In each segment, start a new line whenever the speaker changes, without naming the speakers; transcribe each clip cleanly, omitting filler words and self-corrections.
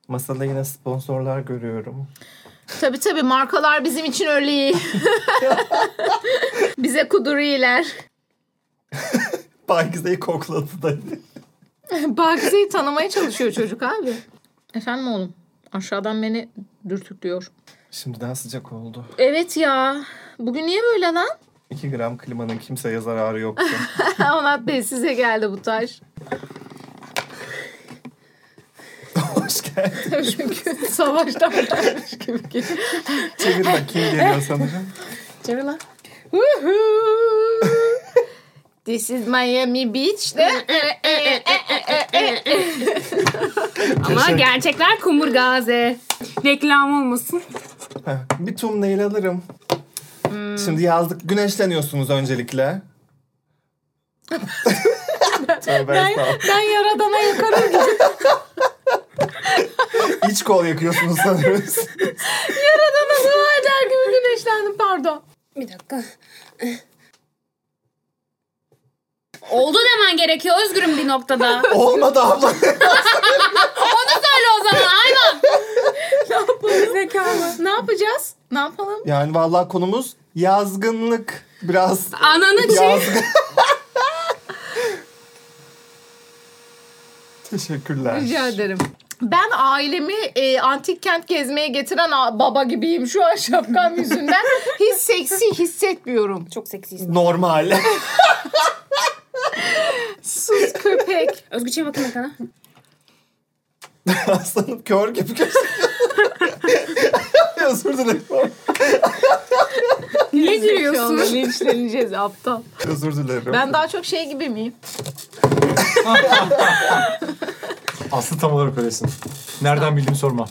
Masada yine sponsorlar görüyorum.
Tabii markalar bizim için öyle. Bize kuduriler.
Pakize'yi kokladı da.
Pakize'yi tanımaya çalışıyor çocuk abi. Efendim oğlum, aşağıdan beni dürtüklüyor.
Şimdiden sıcak oldu.
Evet ya. Bugün niye böyle lan?
2 gram klimanın kimseye zararı yoktu.
Onat Bey, size geldi bu taş.
Hoş geldin.
Çünkü savaştan gelmiş gibi.
Çevir bak, kim geliyor sanırım.
Çevir lan. This is Miami Beach.
Ama gerçekler kumburgaze. Reklam olmasın.
Bir thumbnail alırım. Şimdi yazlık, güneşleniyorsunuz öncelikle. Tövbe estağfurullah.
Ben yaradana yakarım gibi.
İç kol yakıyorsunuz sanırız.
Yaradana dua eder gibi güneşlendim, pardon.
Bir dakika. Oldu demen gerekiyor Özgür'üm bir noktada.
Olmadı abla.
Onu söyle o zaman hayvan.
Ne yapalım? Zekalı. Ne yapacağız? Ne yapalım?
Yani vallahi konumuz yazgınlık. Biraz
Ananı
yazgın. Teşekkürler.
Rica ederim. Ben ailemi antik kent gezmeye getiren baba gibiyim şu an şapkam yüzünden. Hiç seksi hissetmiyorum.
Çok seksisin.
Normal.
Sus köpek.
Özgür çevir bakayım ekranı.
Aslanım kör gibi gözüküyor. Özür dilerim.
Niye gülüyorsun?
Linçleneceğiz aptal.
Özür dilerim.
Ben daha çok şey gibi miyim?
Aslı tam olarak öylesin. Nereden bildiğimi sorma.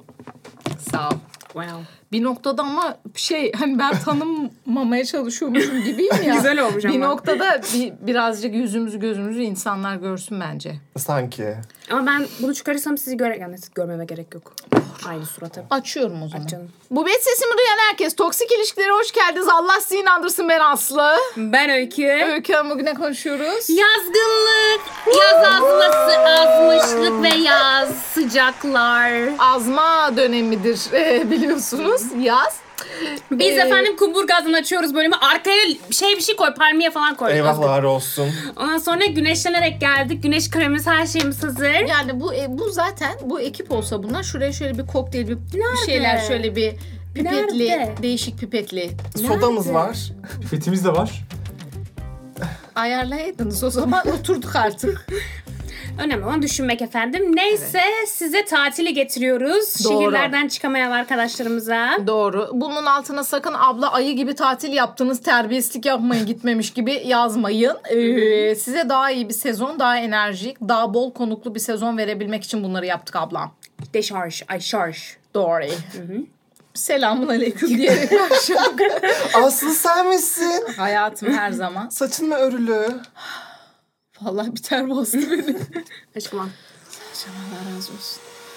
Sağ ol.
Wow.
Bir noktada ama hani ben tanınmamaya çalışıyormuşum gibiyim ya.
Güzel olmuş ama.
Bir noktada birazcık yüzümüzü gözümüzü insanlar görsün bence.
Sanki.
Ama ben bunu çıkarırsam sizi görmeme gerek yok. Aynı surata.
Açıyorum o zaman.
Aç canım.
Bu bet sesimi duyan herkes, toksik ilişkilere hoş geldiniz. Allah sizi inandırsın, ben Aslı.
Ben Öykü.
Öykü Hanım, bugün ne konuşuyoruz?
Yazgınlık, yaz azması, azmışlık ve yaz sıcaklar.
Azma dönemidir biliyorsunuz. Yaz.
Biz efendim kumburgazdan açıyoruz bölümü. Arkaya bir şey koy, palmiye falan koy.
Eyvahlar olsun.
Ondan sonra güneşlenerek geldik. Güneş kremimiz, her şeyimiz hazır.
Yani bu zaten bu ekip olsa bunlar şuraya şöyle bir kokteyl bir şeyler, şöyle bir pipetli,
Nerede?
değişik pipetli.
Sodamız var.
Pipetimiz de var.
Ayarlayaydınız o zaman, oturduk artık.
Önemli olan düşünmek efendim. Neyse size tatili getiriyoruz.
Doğru.
Şehirlerden çıkamayan arkadaşlarımıza.
Doğru. Bunun altına sakın abla ayı gibi tatil yaptınız, terbiyesizlik yapmayın, gitmemiş gibi yazmayın. Size daha iyi bir sezon, daha enerjik, daha bol konuklu bir sezon verebilmek için bunları yaptık ablam.
Şarj.
Doğru. Selamun aleyküm diyerek başladık.
Aslı sen misin?
Hayatım her zaman.
Saçın mı örülü?
Vallahi bir ter bastı beni.
Aşkım al.
Allah razı olsun.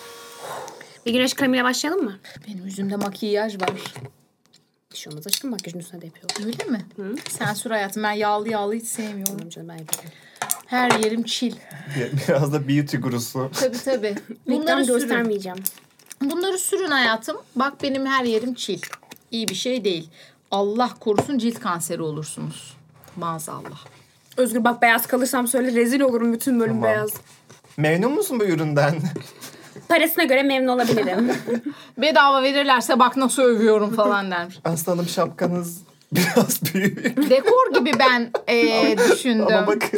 Bir güneş kremiyle başlayalım mı?
Benim yüzümde makyaj var.
Bir şey olmaz aşkım, makyajın üstüne de yapıyorlar.
Öyle mi? Hı? Sen sür hayatım. Ben yağlı hiç sevmiyorum.
Tamam canım, ben yapıyorum.
Her yerim chill.
Biraz da beauty gurusu.
Tabii.
Reklam göstermeyeceğim.
Bunları sürün hayatım. Bak benim her yerim chill. İyi bir şey değil. Allah korusun cilt kanseri olursunuz. Maazallah.
Özgür bak, beyaz kalırsam söyle, rezil olurum bütün bölüm
Tamam.
beyaz.
Memnun musun bu üründen?
Parasına göre memnun olabilirim.
Bedava verirlerse bak nasıl övüyorum falan dermiş.
Aslanım şapkanız biraz büyük.
Dekor gibi ben düşündüm.
Ama bakın.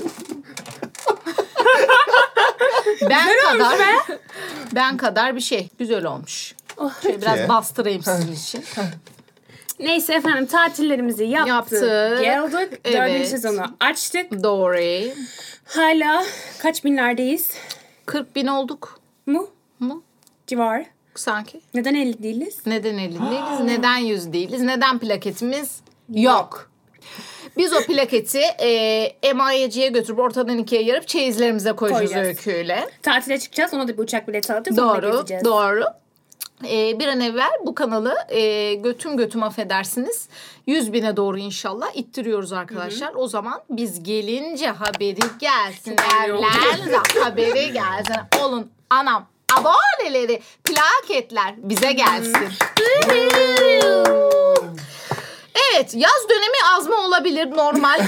Ben kadar bir şey. Güzel olmuş. Şöyle biraz bastırayım sizin için.
Neyse efendim, tatillerimizi yaptık. Geldik.
Evet.
4. sezonu açtık.
Doğru.
Hala kaç binlerdeyiz?
40.000 olduk
Mu? Civar.
sanki.
Neden 50 değiliz?
Neden 50 değiliz? Neden 100 değiliz? Neden plaketimiz yok? Biz o plaketi emayeciye götürüp ortadan ikiye yarıp çeyizlerimize koyacağız Öykü'yle.
Tatile çıkacağız. Ona da bir uçak bileti alacağız. Onu da gezeceğiz.
Doğru. Bir an evvel bu kanalı götüm affedersiniz 100.000'e doğru inşallah ittiriyoruz arkadaşlar. O zaman biz gelince haberi gelsin. Evlen de haberi gelsin. Olun anam aboneleri, plaketler bize gelsin. Evet, yaz dönemi azma olabilir normal.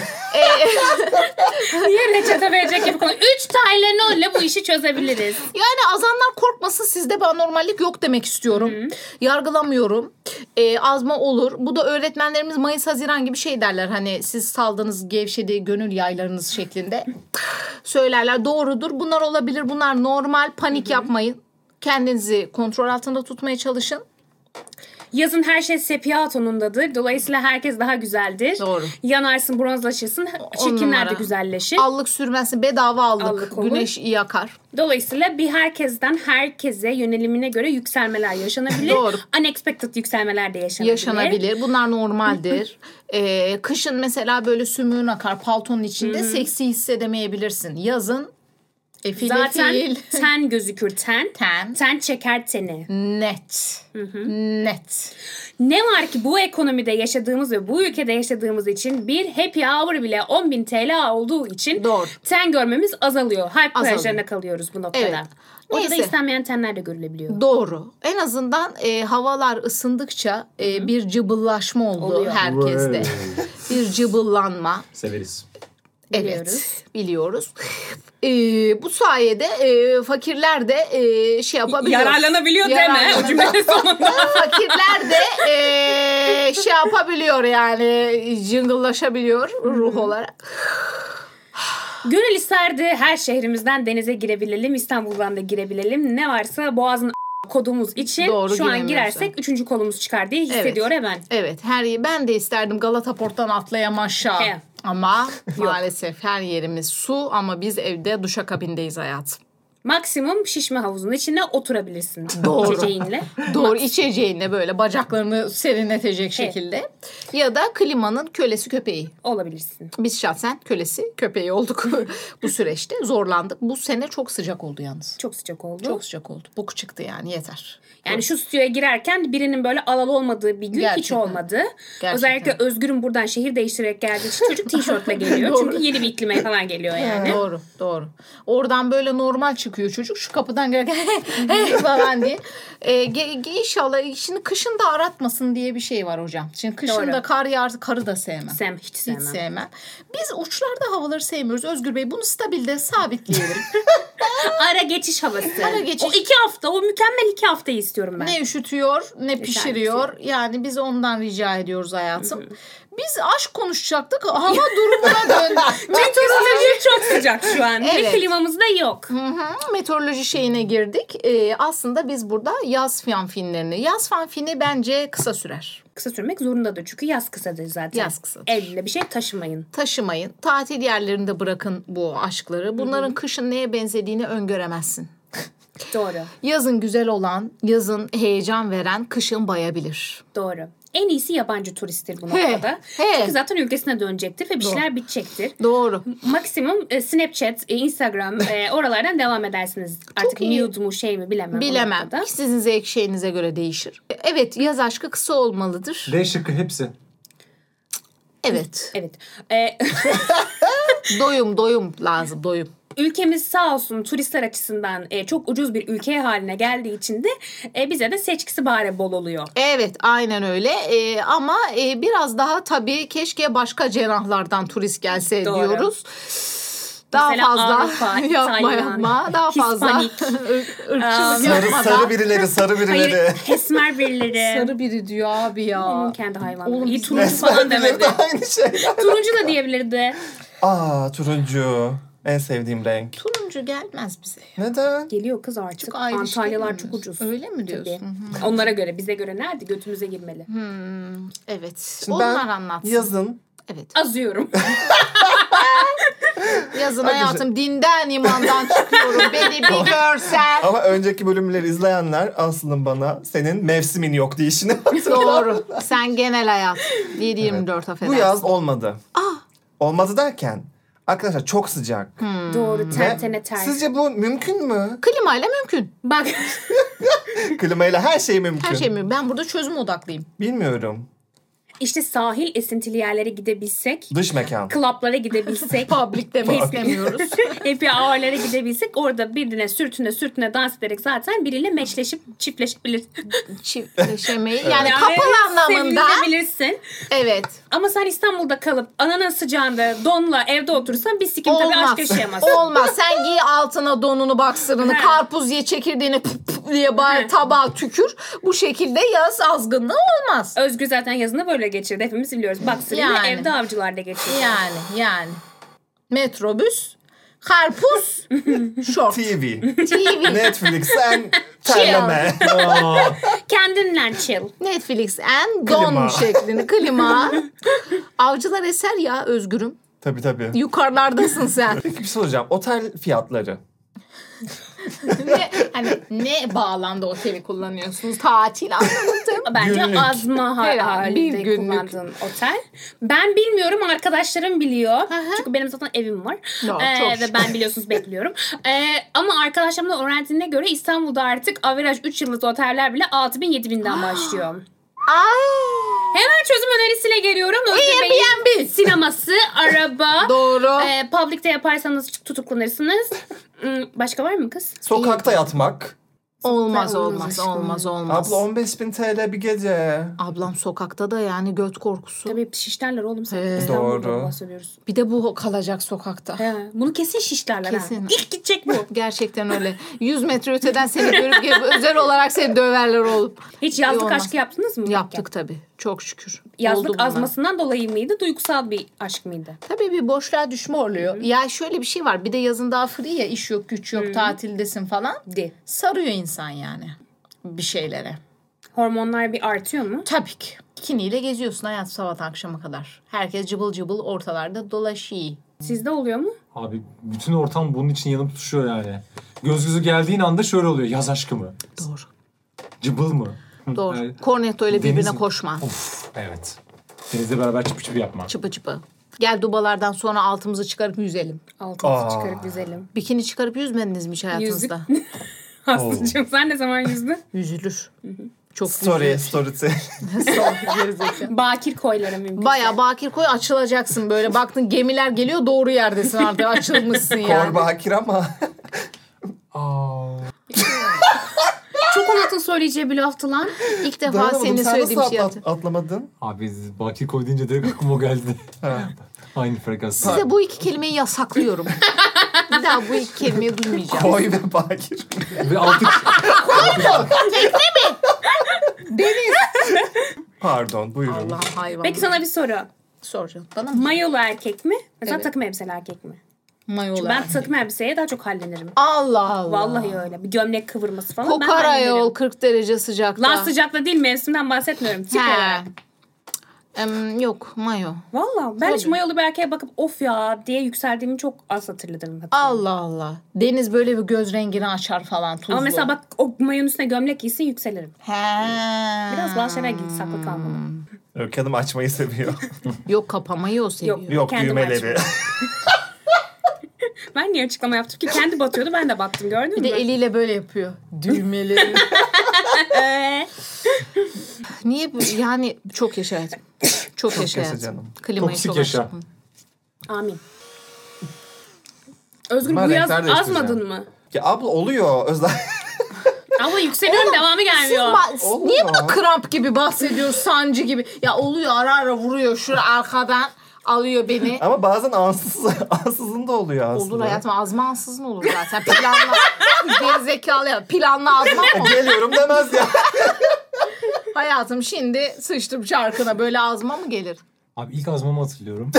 Niye reçete verecek gibi konu? 3 Tylenolle bu işi çözebiliriz.
Yani azanlar korkmasın, sizde bir anormallik yok demek istiyorum. Yargılamıyorum. Azma olur. Bu da öğretmenlerimiz Mayıs-Haziran gibi şey derler. Hani siz saldığınız gevşedi gönül yaylarınız şeklinde söylerler. Doğrudur. Bunlar olabilir. Bunlar normal. Panik yapmayın. Kendinizi kontrol altında tutmaya çalışın.
Yazın her şey sepia tonundadır. Dolayısıyla herkes daha güzeldir.
Doğru.
Yanarsın, bronzlaşırsın. Çirkinler de güzelleşir.
Allık sürmezsin. Bedava allık.
olur.
Güneş yakar.
Dolayısıyla bir herkesten herkese yönelimine göre yükselmeler yaşanabilir.
Doğru.
Unexpected yükselmeler de
Yaşanabilir. Bunlar normaldir. Kışın mesela böyle sümüğün akar paltonun içinde seksi hissedemeyebilirsin. Yazın
Zaten
fiil.
ten gözükür ten.
Ten.
Ten çeker teni.
Net. Net.
Ne var ki bu ekonomide yaşadığımız ve bu ülkede yaşadığımız için bir happy hour bile 10.000 TL olduğu için
Doğru.
ten görmemiz azalıyor. Hype
Azalıyor.
plajlarına kalıyoruz bu noktada.
Evet.
Orada da
Neyse.
istenmeyen tenler de görülebiliyor.
Doğru. En azından havalar ısındıkça bir cıbıllaşma oldu
Oluyor.
herkeste. Bir cıbıllanma.
Severiz.
Evet, biliyoruz. Bu sayede fakirler de şey yapabiliyor.
Yararlanabiliyor deme o cümlenin sonunda.
Fakirler de şey yapabiliyor yani cıngıllaşabiliyor ruh olarak.
Gönül isterdi her şehrimizden denize girebilelim, İstanbul'dan da girebilelim. Ne varsa Boğaz'ın kodumuz için
Doğru,
şu an
giremiyorsun.
girersek 3. kolumuz çıkar diye hissediyor hemen.
Evet, ben de isterdim Galata Port'tan atlayam aşağı.
Evet.
Ama maalesef her yerimiz su ama biz evde duşakabindeyiz hayatım.
Maksimum şişme havuzun içine oturabilirsin.
Doğru.
İçeceğinle.
Doğru, içeceğinle böyle bacaklarını serinletecek şekilde. Ya da klimanın kölesi köpeği.
Olabilirsin.
Biz şahsen kölesi köpeği olduk bu süreçte. Zorlandık. Bu sene çok sıcak oldu yalnız.
Çok sıcak oldu.
Çok sıcak oldu. Boku çıktı yani yeter.
Yani şu stüdyoya girerken birinin böyle alalı olmadığı bir gün hiç
Gerçekten.
olmadı.
Gerçekten.
Özellikle Özgür'ün buradan şehir değiştirerek geldiği için çocuk tişörtle geliyor.
Doğru.
Çünkü yeni bir iklime falan geliyor yani.
Doğru, doğru. Oradan böyle normal çıkıyor çocuk. Şu kapıdan gelirken falan diye. İnşallah şimdi kışın da aratmasın diye bir şey var hocam. Şimdi kışın
Doğru.
da kar yağar, karı da sevmem.
Hiç sevmem.
Hiç sevmem. Biz uçlarda havaları sevmiyoruz. Özgür Bey bunu stabilde sabitleyelim.
Ara geçiş havası.
Ara geçiş.
O 2 hafta, o mükemmel 2 haftayı istiyorum ben.
Ne üşütüyor ne pişiriyor. Yani biz ondan rica ediyoruz hayatım. Biz aşk konuşacaktık. Hava durumuna döndü.
Meteoroloji çok sıcak şu an.
Evet.
Ve klimamız da yok.
Meteoroloji şeyine girdik. Aslında biz burada yaz fanfinlerini. Yaz fanfini bence kısa sürer.
Kısa sürmek zorundadır çünkü yaz kısadır zaten.
Yaz kısadır.
Elle bir şey taşımayın.
Taşımayın. Tatil yerlerinde bırakın bu aşkları. Bunların kışın neye benzediğini öngöremezsin.
Doğru.
Yazın güzel olan, yazın heyecan veren, kışın bayabilir.
Doğru. En iyisi yabancı turisttir bu
He,
noktada.
he.
Çünkü zaten ülkesine dönecektir ve bir şeyler bitecektir.
Doğru.
Maksimum Snapchat, Instagram oralardan devam edersiniz. Artık
iyi.
nude mu şey mi bilemem. o
Bilemem.
noktada.
Sizin zevk şeyinize göre değişir. Evet, yaz aşkı kısa olmalıdır.
D şıkkı hepsi.
Evet.
Evet.
Doyum lazım, doyum.
Ülkemiz sağ olsun turistler açısından çok ucuz bir ülke haline geldiği için de bize de seçkisi bari bol oluyor.
Evet, aynen öyle. Ama biraz daha tabii keşke başka cenahlardan turist gelse
Doğru.
diyoruz. Daha
Mesela
fazla
Avrupa,
yapma
İtalyan,
daha fazla
Hispanik.
ırkçılık yapmadan.
Sarı birileri.
Hayır, esmer birileri.
Sarı biri diyor abi ya.
Onun kendi hayvanı.
Oğlum
İyi
biz
turuncu falan demedi.
Aynı şeyler.
Turuncu da diyebilirdi.
Turuncu. En sevdiğim renk.
Turuncu gelmez bize.
Neden?
Geliyor kız artık.
Çok Irish
Antalyalar
gelmiyor.
çok ucuz.
Öyle mi diyorsun?
Tabii. Onlara göre, bize göre nerede? Götümüze girmeli.
Evet.
Şimdi
Onlar
ben
anlatsın.
yazın
Evet.
Azıyorum.
Yazın hayatım dinden imandan çıkıyorum. Beni bir görsen.
ama önceki bölümleri izleyenler aslında bana senin mevsimin yok deyişini
Doğru. Sen genel hayat. 7-24 affedersin.
Bu yaz olmadı. Olmadı derken arkadaşlar çok sıcak.
Doğru. Tentene ters.
Sizce bu mümkün mü?
Klimayla mümkün.
Bak.
Klimayla her şey mümkün.
Her şey mümkün. Ben burada çözüm odaklıyım.
Bilmiyorum.
işte sahil esintili yerlere gidebilsek,
Dış mekan.
klaplara gidebilsek,
Public demek istemiyoruz.
happy hour'lara gidebilsek orada birine sürtüne dans ederek zaten biriyle meçleşip çiftleşebilir.
Çiftleşemeyi yani kapalı anlamında.
Sevilebilirsin.
Evet.
Ama sen İstanbul'da kalıp ananın sıcağında donla evde oturursan bir sikim tabii aşk yaşayamazsın.
Olmaz. Sen giy altına donunu, baksırını,
He.
karpuz ye çekirdeğini pıp pıp diye bari tabağa tükür. Bu şekilde yaz azgınlığı olmaz.
Özgür zaten yazını böyle geçirdi. Hepimiz biliyoruz. Baksırıyla
Yani.
evde avcılarda geçirdi.
Yani. Metrobüs, karpuz, şort.
TV.
TV,
Netflix and terleme.
Kendinle chill.
Netflix and don
Klima.
şeklinde. Klima. Avcılar eser ya Özgür'üm.
Tabii.
Yukarılardasın sen.
Peki bir şey soracağım. Otel fiyatları.
ne bağlamda oteli kullanıyorsunuz? Tatil anlamadım.
Bence
Günlük.
azma
Herhalde,
halinde
bir günlük.
kullandığın otel. Ben bilmiyorum, arkadaşlarım biliyor. Çünkü benim zaten evim var.
Ya, çok
Ve
şükür.
ben biliyorsunuz bekliyorum. Ama arkadaşlarımın öğrendiğine göre İstanbul'da artık averaj 3 yıldızlı oteller bile 6.000-7.000'den başlıyor. Hemen çözüm önerisiyle geliyorum. Özgür Bey'in
Airbnb.
sineması, araba.
Doğru.
Public'te yaparsanız tutuklanırsınız. Başka var mı kız?
Sokakta yatmak.
Olmaz.
Abla 15.000 TL bir gece.
Ablam sokakta da yani göt korkusu.
Tabii şişlerler oğlum sen.
He.
İstanbul'da
Doğru.
bahsediyoruz.
Bir de bu kalacak sokakta.
He, bunu kesin şişlerler.
Kesin.
Ha. İlk gidecek bu.
Gerçekten öyle. 100 metre öteden seni görüp gelip özel olarak seni döverler oğlum.
Hiç yazlık
olmaz.
aşkı yaptınız mı?
Yaptık tabii. Çok şükür. Oldu
Yazlık
bunlar.
azmasından dolayı mıydı? Duygusal bir aşk mıydı?
Tabii bir boşluğa düşme oluyor. Ya şöyle bir şey var. Bir de yazın daha free ya. İş yok, güç yok, tatildesin falan. Sarıyor insan yani bir şeylere.
Hormonlar bir artıyor mu?
Tabii ki. Bikiniyle geziyorsun hayat sabah akşama kadar. Herkes cıbıl cıbıl ortalarda dolaşıyor.
Sizde oluyor mu?
Abi bütün ortam bunun için yanıp tutuşuyor yani. Göz gözü geldiğin anda şöyle oluyor. Yaz aşkı mı?
Doğru.
Cıbıl mı?
Doğru.
Yani
Cornetto ile birbirine
deniz-
koşma.
Of evet. Denizle beraber çıpı çıpı yapma.
Çıpı çıpı. Gel dubalardan sonra altımızı çıkarıp yüzelim.
Altımızı çıkarıp yüzelim.
Bikini çıkarıp yüzmediniz mi hiç hayatınızda?
Aslıcığım sen ne zaman yüzdün?
Yüzülür. Çok
Story.
yüzülür. Gerizekalı.
Bakir koylara mümkün.
Bayağı bakir koy açılacaksın böyle. Baktın gemiler geliyor doğru yerdesin artık. Açılmışsın yani.
Kor bakir ama.
Çok Onat'ın söyleyeceği bir laftı lan.
İlk defa
Dayanamadım.
senin
Sen
söylediğin
nasıl
şey yaptım.
atlamadın?
Abi bakir koy deyince direkt aklıma o geldi. Aynı frekans.
Size bu iki kelimeyi yasaklıyorum. Bir daha bu iki kelimeyi duymayacağım.
Koy ve bakir.
Ve altı...
Deniz.
Pardon buyurun.
Allah'ım hayvan.
Peki sana bir soru.
soracağım. Bana mı?
Mayolu erkek mi? Mesela
Evet.
takım elbiseli erkek mi?
Mayolar.
Ben takım elbiseye daha çok hallenirim.
Allah Allah.
Vallahi öyle. Bir gömlek kıvırması falan ben
Kokar
hallederim.
ayol 40 derece sıcakta.
Lan sıcakta değil, mevsimden bahsetmiyorum. Tip
He.
olarak.
Yok mayo.
Valla ben hiç
Tabii.
mayolu bir erkeğe bakıp of ya diye yükseldiğimi çok az hatırladım.
Allah Allah. Deniz böyle bir göz rengini açar falan tuzlu.
Ama mesela bak o mayonun üstüne gömlek giysin yükselirim.
He.
Biraz bazı şeyler giy, saklı kalmalı.
Öykü Hanım açmayı seviyor.
Yok kapamayı o seviyor.
Yok.
Yok
Kendim
düğmeleri.
açmıyorum. Ben niye açıklama yaptım ki? Kendi batıyordu, ben de battım, gördün
Bir
mü?
de eliyle böyle yapıyor. Düğmeleri. Niye yani çok yaşa hayatım. Çok yaşa
yaşa
hayatım.
canım.
Klimayı
Toksik
çok
yaşa.
açtım.
Amin. Özgür
Ben
bu yaz
renkler değiştireceğim.
azmadın mı?
Ya abla oluyor.
Ama yükseliyorum, devamı gelmiyor.
Niye
Oluyor.
bunu kramp gibi bahsediyor, sancı gibi? Ya oluyor ara ara vuruyor şuraya arkadan alıyor beni.
Ama bazen ansızın da oluyor aslında.
Olur hayatım azma ansızın olur zaten. Planla gerizekalı ya. Planla azma mı olur?
Geliyorum demez ya.
Hayatım şimdi sıçtım çarkına böyle azma mı gelir?
Abi ilk azmamı hatırlıyorum.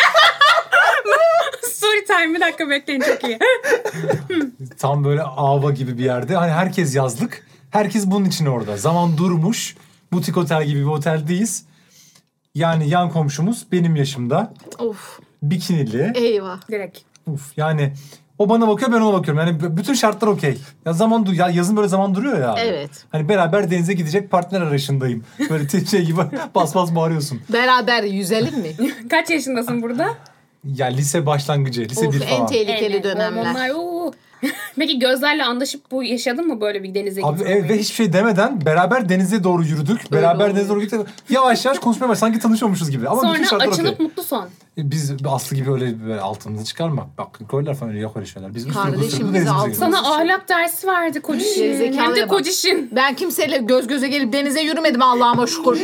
Story time, bir dakika bekleyin, çok iyi.
Tam böyle Ava gibi bir yerde. Hani herkes yazlık. Herkes bunun için orada. Zaman durmuş. Butik otel gibi bir oteldeyiz. Yani yan komşumuz benim yaşımda.
Of
Bikinili.
eyvah.
Direkt.
Uf, yani o bana bakıyor, ben ona bakıyorum. Yani bütün şartlar okey. Ya ya yazın böyle zaman duruyor ya abi.
Evet.
Hani beraber denize gidecek partner arayışındayım. Böyle şey gibi bas bas bağırıyorsun.
Beraber yüzelim mi?
Kaç yaşındasın burada?
Ya lise başlangıcı, lise
Of
1
en
falan.
tehlikeli
Evet,
dönemler.
hormonlar, Peki gözlerle anlaşıp bu yaşadın mı böyle bir denize
Abi
gitmeyi?
ve hiçbir şey demeden beraber denize doğru yürüdük. Beraber denize doğru gittik. Yavaş yavaş konuşmaya başladık. Sanki tanışıyormuşuz gibi. Ama bütün
Sonra
şartlar
açılıp
okey.
mutlu son.
Biz Aslı gibi öyle böyle altımızı çıkarmak. Bak koylar falan öyle yok öyle şeyler. Biz
Kardeşim,
üstümüzü
bizi
denizimize
altına-
girdik.
Sana ahlak dersi verdi kocişin.
Gerizekalıya
Hem de
bak.
kocişin.
Ben kimseyle göz göze gelip denize yürümedim Allah'ıma şükür.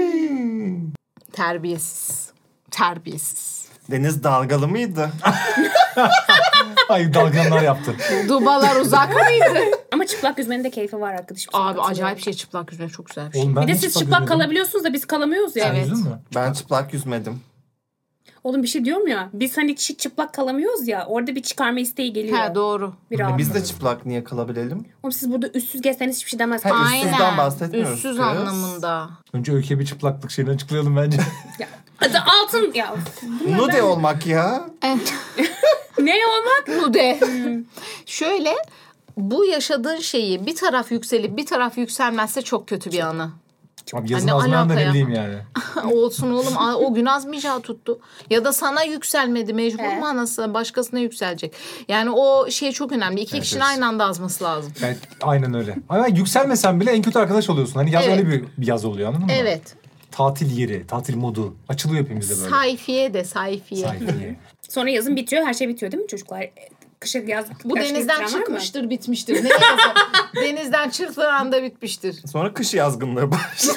Terbiyesiz. Terbiyesiz.
Deniz dalgalı mıydı?
Ay dalgınlar yaptı.
Dubalar uzak mıydı?
Ama çıplak yüzmenin de keyfi var arkadaşım.
Abi acayip şey çıplak yüzmek çok güzel bir şey.
Oğlum ben
Bir de
hiç
siz
çıplak
çıplak
yüzmedim.
kalabiliyorsunuz da biz kalamıyoruz ya.
Sen
Evet.
yüzdün mü?
Ben çıplak yüzmedim.
Oğlum bir şey diyorum ya. Biz hani çıplak kalamıyoruz ya. Orada bir çıkarma isteği geliyor.
He doğru.
Bir rahat.
Biz de çıplak niye kalabilelim?
Oğlum siz burada üstsüz gezseniz hiçbir şey demez.
Ha, üstsüzden bahsetmiyoruz
Üstsüz
kız.
anlamında.
Önce Öykü'ye bir çıplaklık şeyini açıklayalım bence.
Ya, adı altın ya.
Nude olmak ya.
Ne olmak?
Nude. Şöyle bu yaşadığın şeyi bir taraf yükselip bir taraf yükselmezse çok kötü bir anı.
Abi yazın
Hani
azmayan da
alaka
ne
ya.
bileyim yani.
Olsun oğlum o gün azmayacağı tuttu. Ya da sana yükselmedi mecbur mu anasını başkasına yükselecek. Yani o şey çok önemli. İki kişinin
evet.
aynı anda azması lazım.
Evet, aynen öyle. Ama yükselmesen bile en kötü arkadaş oluyorsun. Hani yaz
Evet.
öyle bir yaz oluyor anladın mı?
Evet.
Tatil yeri, tatil modu. Açılıyor hepimizde böyle.
Sayfiye de sayfiye.
Sayfiye.
Sonra yazın bitiyor. Her şey bitiyor değil mi çocuklar? Kışa yaz.
Bu
kış
denizden
getiren var mı?
çıkmıştır bitmiştir. Ne yazık? Denizden çıktığı anda bitmiştir.
Sonra kış yazgınlığı başlıyor.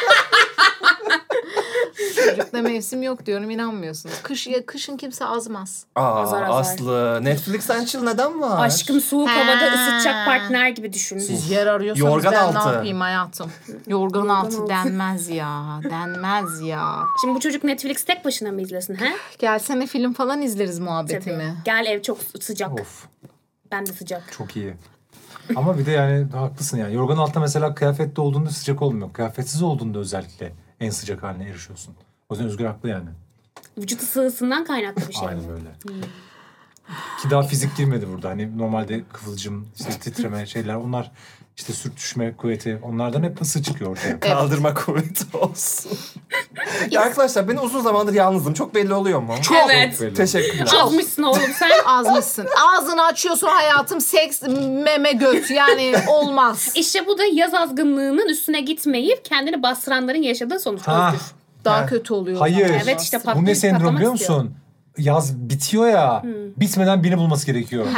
Çocukta mevsim yok diyorum inanmıyorsunuz. Kışın kimse azmaz.
Azar azar.
Aslı. Netflix and chill neden var?
Aşkım soğuk
Ha.
havada ısıtacak partner gibi düşün.
Siz yer arıyorsanız
Yorgan
ben
altı.
ne yapayım hayatım? Yorgan altı
altı.
denmez ya. Denmez ya.
Şimdi bu çocuk Netflix tek başına mı izlesin he?
Gelsene film falan izleriz muhabbetimi.
Tabii. Gel ev çok sıcak.
Of,
Ben de sıcak.
çok iyi. Ama bir de yani haklısın yani. Yorgan altta mesela kıyafetli olduğunda sıcak olmuyor. Kıyafetsiz olduğunda özellikle en sıcak haline erişiyorsun. O yüzden Özgür haklı yani.
Vücut ısısından kaynaklı bir şey.
Aynen öyle. Ki daha fizik girmedi burada. Hani normalde kıvılcım, işte titreme şeyler onlar işte sürtüşme kuvveti onlardan hep ısı çıkıyor ortaya.
Kaldırma kuvveti olsun. Ya arkadaşlar ben uzun zamandır yalnızım. Çok belli oluyor mu?
Evet.
Belli.
Teşekkürler.
Azmışsın oğlum sen.
Azmışsın. Ağzını açıyorsun hayatım seks meme göt yani olmaz.
İşte bu da yaz azgınlığının üstüne gitmeyip kendini bastıranların yaşadığı sonuç.
Ha,
Özgür.
Daha
Ha.
kötü oluyor.
hayır.
Evet işte
Bu ne sendrom
patlamak
biliyor
istiyor.
musun? Yaz bitiyor ya. Bitmeden birini bulması gerekiyor.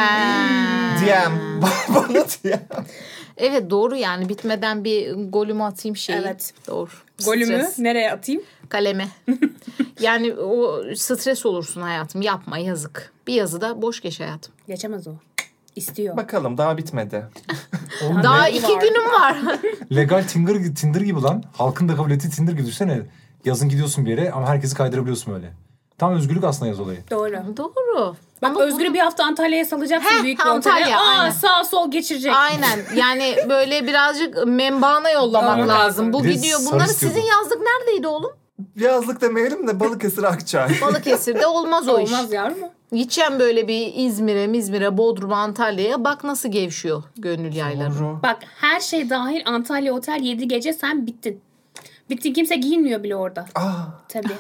DM. Bana DM.
Evet doğru yani bitmeden bir golümü atayım şeyi.
Evet.
Doğru.
Golümü
Stres.
nereye atayım?
Kaleme. Yani o stres olursun hayatım. Yapma yazık. Bir yazı da boş geç hayatım.
Geçemez o. İstiyor.
Bakalım daha bitmedi.
Oğlum,
Daha
var.
2 günüm var.
legal Tinder gibi lan. Halkın da kabul ettiği Tinder gibi düşünsene. Yazın gidiyorsun bir yere ama herkesi kaydırabiliyorsun öyle. Tam özgürlük aslında yaz olayı.
Doğru.
Doğru.
Bak
Ama
Özgür'ü bir hafta Antalya'ya salacaksın
Heh,
büyük bir otele.
Antalya, aynen.
Sağ sol geçirecek.
aynen yani böyle birazcık membana yollamak
Evet.
lazım. Bu
Bir de
gidiyor.
sarı
Bunların
istiyordu.
sizin yazlık neredeydi oğlum?
Yazlık demeyelim de Balıkesir Akçay.
Balıkesir'de olmaz o iş.
Olmaz yavrum.
Gideceğim böyle bir İzmir'e, Bodrum'a, Antalya'ya. Bak nasıl gevşiyor gönül yayları.
Doğru.
Bak her şey dahil Antalya Otel 7 gece sen bittin. Bittin kimse giyinmiyor bile orada.
Aa,
Tabii.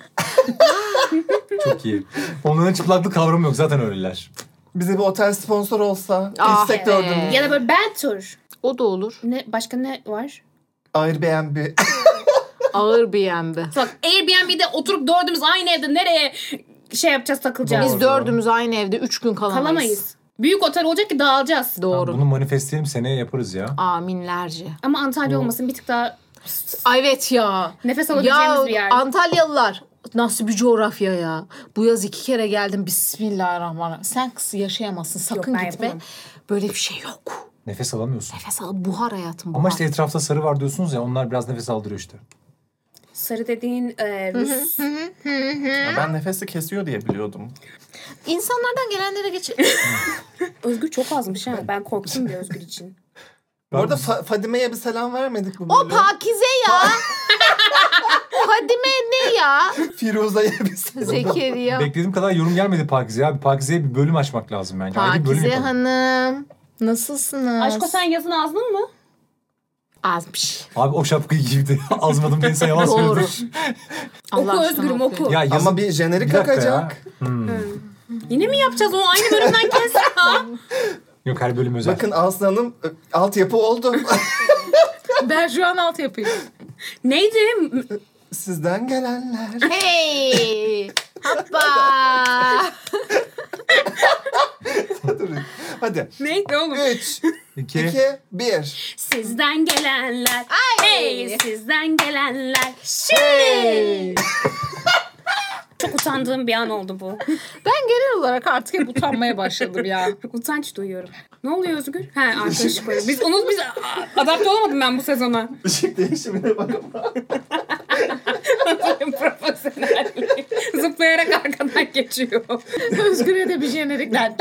Çok iyi. Onların çıplaklık kavramı yok zaten öyleler.
bize bir otel sponsor olsa.
Ah,
Gitsek
evet.
dördümüz.
Ya da böyle band tour.
O da olur.
Başka ne var?
Airbnb.
Ağır bir yembe.
Bak Airbnb'de oturup dördümüz aynı evde nereye şey yapacağız takılacağız?
Biz
Doğru.
dördümüz aynı evde 3 gün kalamayız.
Kalamayız. Büyük otel olacak ki dağılacağız.
Doğru.
Bunu manifestleyelim seneye yaparız ya.
Aminlerce.
Ama Antalya olmasın bir tık daha
Ay evet ya.
nefes alabileceğimiz
Ya
bir yer.
Antalyalılar nasıl bir coğrafya ya. Bu yaz 2 kere geldim. Bismillahirrahmanirrahim. Sen kız yaşayamazsın. Sakın
ben
gitme.
yapamam.
Böyle bir şey yok.
Nefes alamıyorsun.
Nefes al. Buhar hayatım buhar.
Ama işte etrafta sarı var diyorsunuz ya onlar biraz nefes aldırıyor işte.
Sarı dediğin Rus.
Ya ben nefesi kesiyor diye biliyordum.
İnsanlardan gelenlere geç.
Özgür çok azmış ha. Ben korktum bir Özgür için.
Bu arada Fadime'ye bir selam vermedik bu
O
bölüm.
Pakize ya. Fadime ne ya?
Firuze'ye bir selam.
Zekeriya.
Beklediğim kadar yorum gelmedi Pakize'ye abi. Pakize'ye bir bölüm açmak lazım bence. Ayrı bir bölüm
Pakize
yapalım.
Hanım. Nasılsınız?
Aşko sen yazın azdın mı?
Azmış.
Abi o şapkayı giydi. Azmadım ben sana yalan
Doğru.
söyledim.
Allah
Oku
aşkına
Özgür'üm
okuyun.
oku.
Ya yazın...
Ama bir jenerik
Bir dakika ya.
akacak.
Yine mi yapacağız o aynı bölümden kes ya?
Yok, her bölüm özel.
Bakın Aslı Hanım altyapı oldu.
Ben şu an alt yapayım.
Neydi?
Sizden gelenler.
Hey! Hoppa!
Hadi.
Neydi oğlum?
3,
2.
2, 1.
Sizden gelenler.
Ay!
Hey sizden gelenler.
Hey!
Çok utandığım bir an oldu bu.
Ben genel olarak artık hep utanmaya başladım ya.
Utanç duyuyorum. Ne oluyor Özgür? He arkadaşlık böyle. Biz adapte olamadım ben bu sezona.
Işık değişimine bakın.
Profesyonel. Zıplayarak arkadan geçiyor.
Özgür'e de bir jenerikler.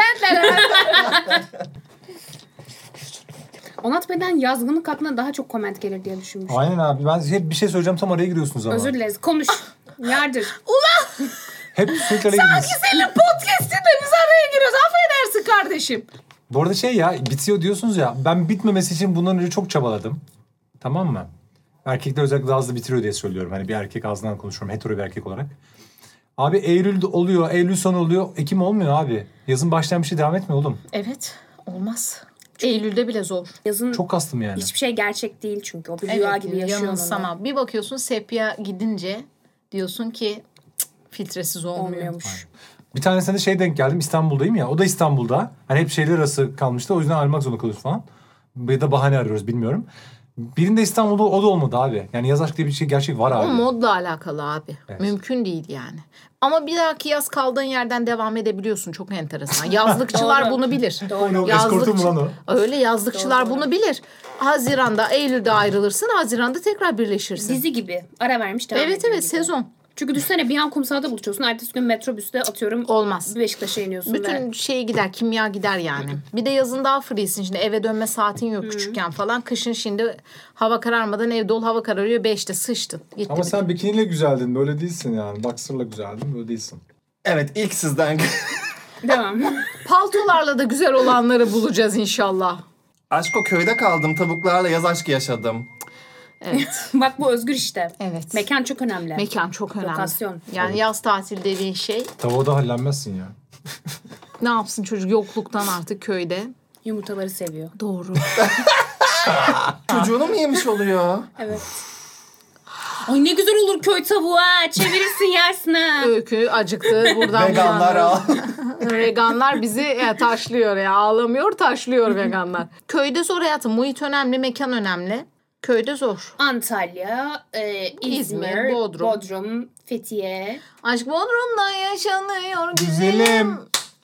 Onat Bey'den yazgınlık hakkında daha çok comment gelir diye düşünmüştüm.
Aynen abi. Ben hep bir şey söyleyeceğim, tam araya giriyorsunuz ama.
Özür dileriz. Konuş. Yardır.
Hep sürekli araya giriyorsunuz.
Senin podcast'inde biz araya giriyoruz. Affedersin kardeşim.
Bu arada ya, bitiyor diyorsunuz ya. Ben bitmemesi için bundan önce çok çabaladım. Tamam mı? Erkekler özellikle daha hızlı bitiriyor diye söylüyorum. Hani bir erkek ağzından konuşuyorum. Hetero bir erkek olarak. Abi Eylül oluyor. Eylül sonu oluyor. Ekim olmuyor abi. Yazın başlayan bir şey devam etmiyor oğlum.
Evet. Olmaz. Eylül'de bile zor.
Yazın
Çok kastım yani.
hiçbir şey gerçek değil çünkü. O bir rüya gibi yaşıyor
yanın
onu.
sana. Bir bakıyorsun sepya gidince diyorsun ki cık, filtresiz olmuyor.
Olmuyormuş.
Bir tanesine de denk geldim. İstanbul'dayım ya. O da İstanbul'da. Hani hep şehirler arası kalmıştı. O yüzden ayrılmak zorunda kalıyoruz falan. Ya da bahane arıyoruz, bilmiyorum. Birinde İstanbul'da, o da olmadı abi. Yani yaz aşk diye bir şey gerçek var abi.
O modla alakalı abi.
Evet.
Mümkün değil yani. Ama bir dahaki yaz kaldığın yerden devam edebiliyorsun. Çok enteresan. Yazlıkçılar
Doğru.
bunu bilir.
Doğru.
Eskortu mu lan o?
Öyle yazlıkçılar
Doğru.
bunu bilir. Haziran'da, Eylül'de ayrılırsın. Haziran'da tekrar birleşirsin.
Dizi gibi. Ara vermiş devam
Evet
ediyor
evet
gibi.
sezon.
Çünkü düşünsene bir an kumsalda buluşuyorsun. Ertesi gün metrobüste atıyorum.
Olmaz.
Beşiktaş'a iniyorsun.
Bütün şey gider, kimya gider yani. Bir de yazın daha free'sin. Şimdi eve dönme saatin yok küçükken falan. Kışın şimdi hava kararmadan evde ol, hava kararıyor 5'te sıçtın. Gitti
Ama
bitti.
sen bikiniyle güzeldin. Böyle değilsin yani. Boxer'la güzeldin. Böyle değilsin.
Evet, ilk sizden.
Devam.
Paltolarla da güzel olanları bulacağız inşallah.
Aşko köyde kaldım. Tavuklarla yaz aşkı yaşadım.
Evet.
Bak bu Özgür işte.
Evet.
Mekan çok önemli.
Mekan çok önemli.
Lokasyon.
Yani yaz tatil dediğin şey
Tavuğa hallenmezsin ya.
ne yapsın çocuk yokluktan artık köyde.
Yumurtaları seviyor.
Doğru.
Çocuğunu mu yemiş oluyor?
Evet. Ay ne güzel olur köy tavuğu ha. Çevirirsin yersin ha.
Öykü acıktı. Buradan
Veganlar al.
Veganlar bizi taşlıyor ya. Ağlamıyor taşlıyor veganlar. Köyde zor hayatım. Muhit önemli, mekan önemli. Köyde zor.
Antalya, İzmir,
Bodrum.
Fethiye.
Aşk Bodrum'da yaşanıyor
Güzelim.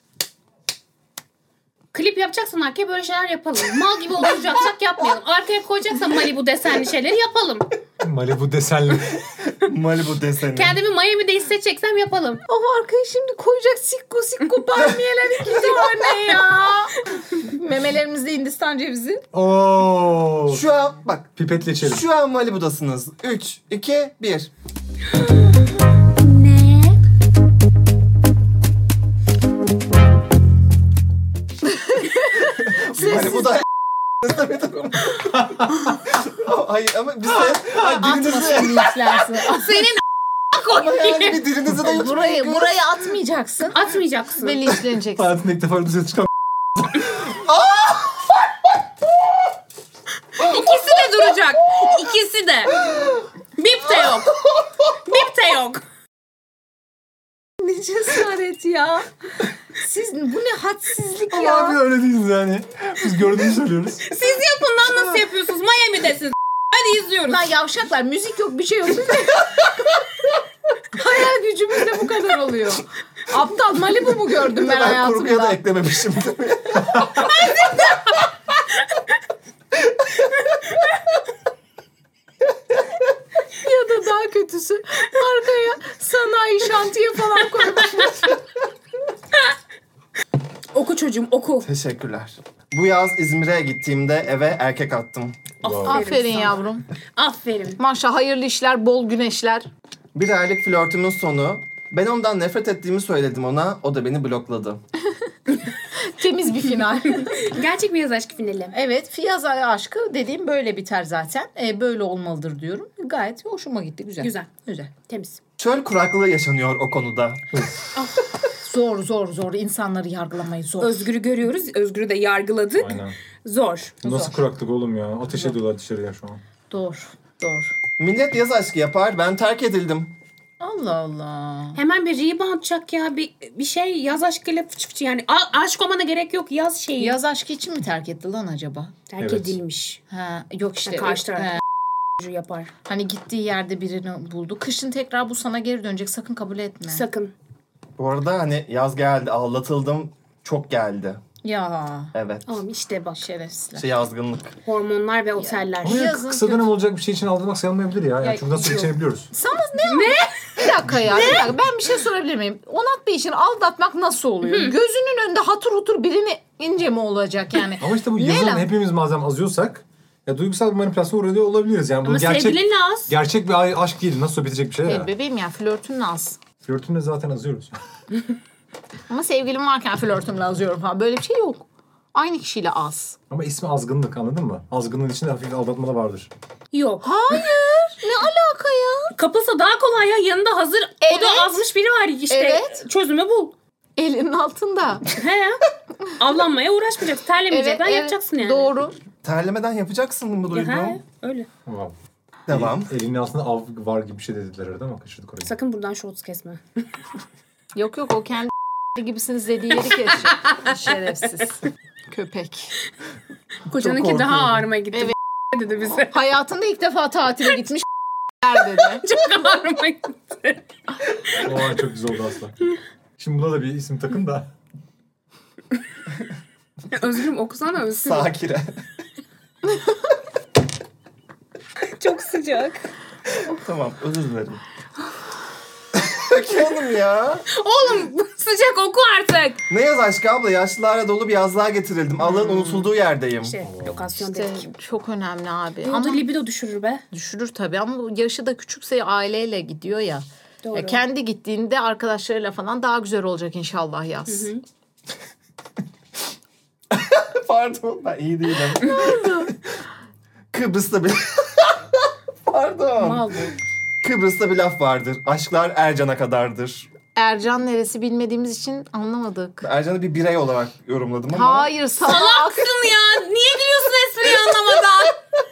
Klip yapacaksan arkaya böyle şeyler yapalım. Mal gibi olacaksak yapmayalım. Arkaya koyacaksan Malibu desenli şeyleri yapalım.
Malibu desenli.
Malibu deseni.
Kendimi Miami'de hissedeceksem yapalım.
Of arkaya şimdi koyacak sikko palmiyeler 2 tane ya. Memelerimizde Hindistan cevizi.
Oo.
Şu an bak.
Pipetle içelim.
Şu an Malibu'dasınız. 3, 2, 1.
Ne?
Malibu'da Hayır ama biz de dilinizi
Senin
ama yani bir dilinizi de
Burayı atmayacaksın
atmayacaksın.
ve linçleneceksin.
Hayatımda ilk defa dışarı çıkan
İkisi de duracak. İkisi de. Bip de yok. Bip de yok.
Ne cesaret ya. Siz bu ne hadsizlik
Ama
ya.
abi öyle değiliz yani. Biz gördüğünü söylüyoruz.
Siz yapın lan nasıl yapıyorsunuz? Miami'desiniz. Hadi izliyoruz.
Lan yavşaklar müzik yok bir şey yok. Hayal gücümüzle bu kadar oluyor. Aptal Malibu mu gördüm ben
ben kurguya da
hayatımda?
eklememişim.
Ya da daha kötüsü arkaya sanayi şantiye falan koymuşlar.
Oku çocuğum oku.
Teşekkürler. Bu yaz İzmir'e gittiğimde eve erkek attım.
Aferin
sana.
yavrum.
Aferin.
Maşallah hayırlı işler, bol güneşler.
Bir aylık flörtümün sonu. Ben ondan nefret ettiğimi söyledim ona. O da beni blokladı.
Temiz bir final.
Gerçek bir yaz aşkı finali.
Evet, Fiyaz aşkı dediğim böyle biter zaten. Böyle olmalıdır diyorum. Gayet hoşuma gitti. Güzel.
Güzel.
Güzel.
Temiz.
Çöl kuraklığı yaşanıyor o konuda.
Zor. İnsanları yargılamayı zor.
Özgür'ü görüyoruz. Özgür'ü de yargıladık.
Aynen.
Zor.
Nasıl kuraklık oğlum ya? Ateş ediyorlar dışarıya şu an.
Doğru.
Millet yaz aşkı yapar. Ben terk edildim.
Allah Allah.
Hemen bir rebound çak ya. Bir şey yaz aşkıyla fıç fıç yani. Aşk olmana gerek yok. Yaz şeyi.
Yaz aşkı için mi terk etti lan acaba?
Terk
Evet.
edilmiş.
Ha, yok işte.
Karşı taraf.
He,
Yapar.
hani gittiği yerde birini buldu. Kışın tekrar bu sana geri dönecek. Sakın kabul etme.
Sakın.
Bu arada hani yaz geldi. Aldatıldım. Çok geldi.
Ya.
Evet.
Tamam işte bak.
Şerefsizler.
İşte yazgınlık.
Hormonlar ve oteller.
Ama ya
Yazın
kısa
kötü.
dönem olacak bir şey için aldatmak sayılmayabilir ya.
Ya,
Yani çünkü nasıl
yok.
geçinebiliyoruz.
Sana ne? Bir dakika ya. Ben bir şey sorabilir miyim? Onat Bey için aldatmak nasıl oluyor? Gözünün önünde hatır hutur birini ince mi olacak yani?
Ama işte bu
Ne
yazın
lan?
hepimiz malzeme azıyorsak ya duygusal bir manipülasyon uğruyor olabiliriz. Yani bu
Ama sevgilin az.
gerçek bir aşk değil. Nasıl bitecek bir şey ya.
Bebeğim ya flörtün az.
Flörtünle zaten azıyoruz.
Ama sevgilim varken flörtümle azıyorum falan. Böyle bir şey yok. Aynı kişiyle az.
Ama ismi azgınlık, anladın mı? Azgınlığın içinde hafif aldatma da vardır.
Yok.
Hayır. Ne alaka ya?
Kapılsa daha kolay ya. Yanında hazır. O
Evet.
da azmış biri var işte.
Evet.
Çözümü bul.
Elinin altında.
He ya. Avlanmaya uğraşmayacaksın. Terlemeyeceksin. Yapacaksın yani.
Doğru.
Terlemeden yapacaksın bu
Ya,
duygu.
he, öyle.
Wow.
Devam.
Elinin altında av var gibi bir şey dediler herhalde ama kaçırdık orayı.
Sakın buradan shorts kesme.
Yok o kendi gibisiniz dediği yeri kesecek. Şerefsiz. Köpek.
Kocanınki
Çok
daha
korkuyorum.
ağrıma gitti.
Evet.
Dedi bize.
Hayatında ilk defa tatile gitmiş dedi.
Çok ağrıma gitti.
O an çok güzel oldu aslında. Şimdi buna da bir isim takın da.
Özgürüm okusana Özgür.
Sakire.
Çok sıcak.
Tamam, özür dilerim. Canım ya.
Oğlum sıcak oku artık.
Ne yaz aşkı abla? Yaşlılarla dolu bir yazlığa getirildim. Allah'ın unutulduğu yerdeyim.
İşte lokasyon
İşte
dedik.
çok önemli abi.
Ama
Ama
libido düşürür be.
düşürür tabii ama yaşı da küçükse aileyle gidiyor ya.
Doğru.
Ya kendi gittiğinde arkadaşlarıyla falan daha güzel olacak inşallah yaz.
Pardon, ben iyi değilim. Ne oldu? Kıbrıs'ta bir... Pardon.
Mal bu.
Kıbrıs'ta bir laf vardır. Aşklar Ercan'a kadardır.
Ercan neresi bilmediğimiz için anlamadık.
Ercan'ı bir birey olarak yorumladım ama...
Hayır salak.
Salaksın ya. Niye gülüyorsun espriyi anlamadan?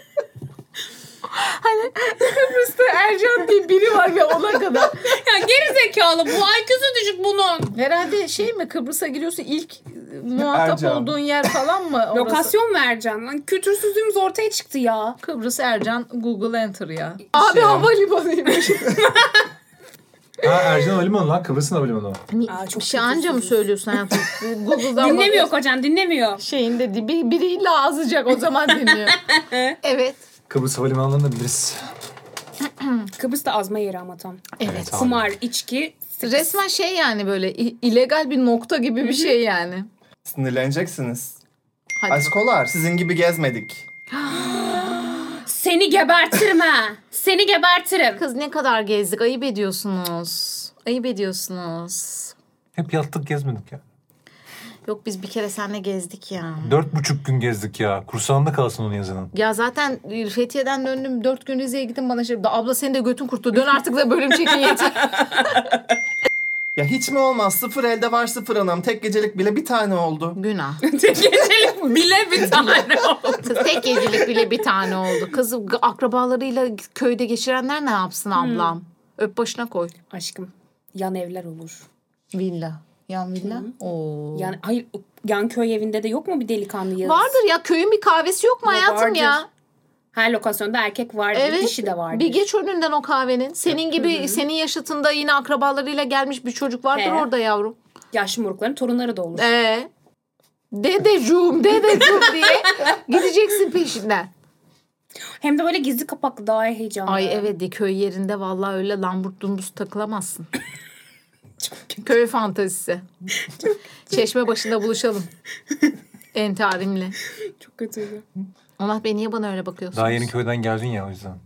Hani Kıbrıs'ta Ercan diye biri var ve ona kadar.
Ya geri zekalı bu. IQ'su düşük bunun.
Herhalde şey mi Kıbrıs'a giriyorsun ilk muhatap
Ercan.
olduğun yer falan mı orası?
Lokasyon vereceğim. Lan kültürsüzlüğümüz ortaya çıktı ya.
Kıbrıs Ercan Google Enter ya. Abi
Şey.
havalimanıymış.
Ha Ercan Havalimanı lan, Kıbrıs'ın havalimanı.
Hani
Aa, çok
bir şey anca mı
kötüsünüz.
söylüyorsun hayatım? Google'dan
Dinlemiyor kocam dinlemiyor.
şeyin dedi biri illa azacak o zaman dinliyor. Evet.
Kıbrıs Havalimanı'ndan da biliriz.
Kıbrıs'ta azma yeri ama tam.
Evet.
Abi.
Kumar, içki.
Resmen şey yani böyle illegal bir nokta gibi bir şey yani.
Sinirleneceksiniz.
Hadi.
Aşkolar, sizin gibi gezmedik.
Seni gebertirim ha. Seni gebertirim.
Kız ne kadar gezdik ayıp ediyorsunuz. Ayıp ediyorsunuz.
Hep yattık gezmedik ya.
Yok biz bir kere seninle gezdik ya.
4,5 gün gezdik ya. Kursağında kalsın onun yazının.
Ya zaten Fethiye'den döndüm 4 gün Rize'ye gittim bana şey abla seni de götün kurttu dön artık da bölüm çekin yeter.
Ya hiç mi olmaz? Sıfır elde var sıfır anam. Tek gecelik bile bir tane oldu.
Günah.
Gecelik bile bir tane oldu.
Kız tek gecelik bile bir tane oldu. Kız akrabalarıyla köyde geçirenler ne yapsın ablam? Öp başına koy.
Aşkım yan evler olur.
Villa. Yan villa. Oo.
Yani hayır yan köy evinde de yok mu bir delikanlı yağız?
Vardır ya köyün bir kahvesi yok mu
Ya
hayatım
vardır.
ya?
Her lokasyonda erkek vardır,
Evet.
dişi de vardır.
Bir geç önünden o kahvenin. Senin gibi senin yaşıtında yine akrabalarıyla gelmiş bir çocuk vardır
He.
orada yavrum.
Yaşlı morukların torunları da olur.
Dedeciğim diye gideceksin peşinden.
Hem de böyle gizli kapaklı daha heyecanlı.
Ay evet de köy yerinde vallahi öyle lamburt dumbus takılamazsın. Köy fantazisi. Çeşme başında buluşalım. Entarimle.
Çok kötüydü.
Allah Bey niye bana öyle bakıyorsunuz?
Daha yeni köyden geldin ya o yüzden.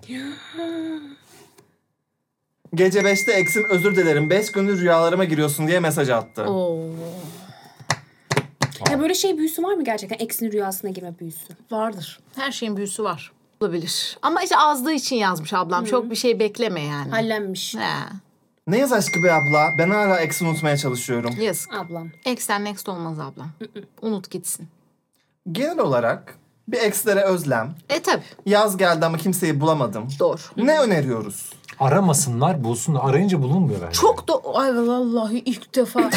Gece 5'te eksim özür dilerim. 5 gündür rüyalarıma giriyorsun diye mesaj attı.
Oo,
Ya böyle şey büyüsü var mı gerçekten? Eksin rüyasına girme büyüsü.
vardır. Her şeyin büyüsü var. Olabilir. Ama işte azdığı için yazmış ablam. Çok bir şey bekleme yani.
Hallenmiş.
He.
Ne yaz aşkı be abla? Ben hala eksi unutmaya çalışıyorum.
Yazık.
Ablam.
Ex'ten next olmaz ablam. Unut gitsin.
Genel olarak bir ekslere özlem.
Tabi.
Yaz geldi ama kimseyi bulamadım.
Doğru.
Ne öneriyoruz?
Aramasınlar, bulsunlar. Arayınca bulunmuyor bence.
Çok da... Ay vallahi ilk defa.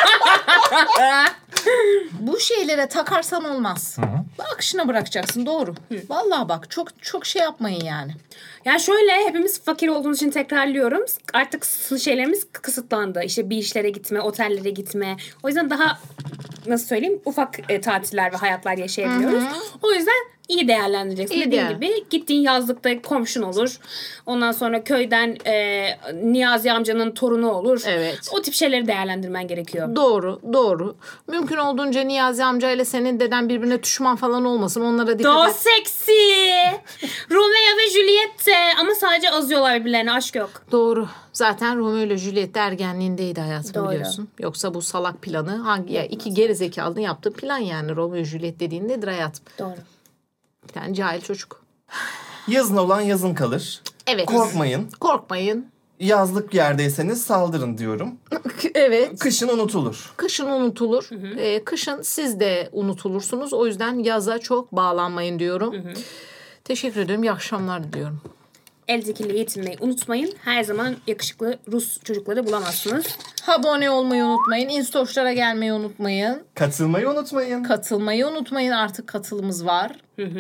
Bu şeylere takarsan olmaz. Akışına bırakacaksın, doğru. Vallahi bak çok şey yapmayın yani.
Yani şöyle, hepimiz fakir olduğumuz için tekrarlıyorum. Artık şeylerimiz kısıtlandı. İşte bir işlere gitme, otellere gitme. O yüzden daha nasıl söyleyeyim, ufak tatiller ve hayatlar yaşayabiliyoruz. O yüzden iyi değerlendireceksin.
İyi
Dediğim gibi gittiğin yazlıkta komşun olur. Ondan sonra köyden Niyazi amcanın torunu olur.
Evet.
O tip şeyleri değerlendirmen gerekiyor.
Doğru. Mümkün olduğunca Niyazi amcayla senin deden birbirine düşman falan olmasın. Onlara dikkat
Daha
et.
seksi. Romeo ve Juliet de, ama sadece azıyorlar birbirlerine, aşk yok.
Doğru. Zaten Romeo ile Juliet de ergenliğindeydi hayatım,
Doğru.
biliyorsun. Yoksa bu salak planı iki geri zekalının yaptığı plan yani. Romeo Juliet dediğin nedir hayatım?
Doğru.
Bir tane cahil çocuk.
Yazın olan yazın kalır.
Evet.
Korkmayın. Yazlık yerdeyseniz saldırın diyorum.
Evet.
Kışın unutulur.
Kışın unutulur. Kışın siz de unutulursunuz. O yüzden yaza çok bağlanmayın diyorum. Teşekkür ederim. İyi akşamlar diliyorum.
Eldekiliği yetinmeyi unutmayın. Her zaman yakışıklı Rus çocukları bulamazsınız.
Abone olmayı unutmayın. Instoşlara gelmeyi unutmayın.
Katılmayı unutmayın.
Katılmayı unutmayın. Artık katılımız var.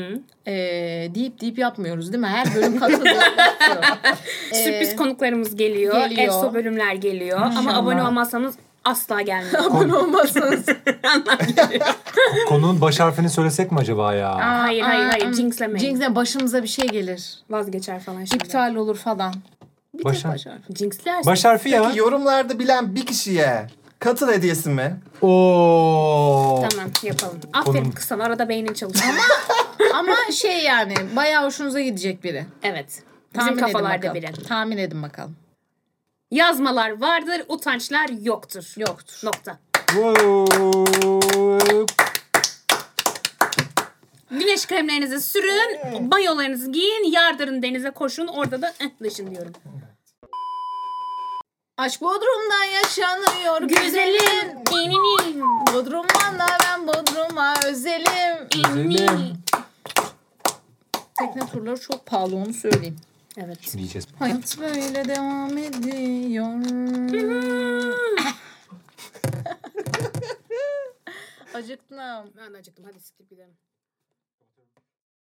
Deyip yapmıyoruz değil mi? Her bölüm katılıyor.
Sürpriz konuklarımız geliyor. Efso bölümler geliyor. Ama abone olmazsanız asla gelmiyor.
Abone olmazsanız.
Konunun baş harfini söylesek mi acaba ya?
Hayır. Jinxlemeyin.
Jinx'le başımıza bir şey gelir.
Vazgeçer falan şimdi.
İptal olur falan. Bir
Baş
tek
harf-
baş harfi.
Jinxler.
Baş harfi ya.
Peki yorumlarda bilen bir kişiye katıl hediyesi mi?
Oo.
Tamam, yapalım. Aferin
Konum.
kız sana. Arada beynin çalışıyor.
Ama şey yani bayağı hoşunuza gidecek biri.
Evet. Bizim
Tahmin edin
kafalarda
bakalım.
biri.
Tahmin edin bakalım.
Yazmalar vardır, utançlar yoktur.
Yoktur.
Nokta.
Wow.
Güneş kremlerinizi sürün, mayolarınızı giyin, yardırın denize, koşun. Orada da dışın diyorum.
Aşk Bodrum'da yaşanıyor
Güzelim.
Bodrum'dan da ben Bodrum'a özelim.
Güzelim.
Tekne turları çok pahalı, onu söyleyeyim.
Evet.
Diyeceğiz.
Hayat böyle devam ediyor. Acıktım.
Ben de acıktım. Hadi sikip gidelim.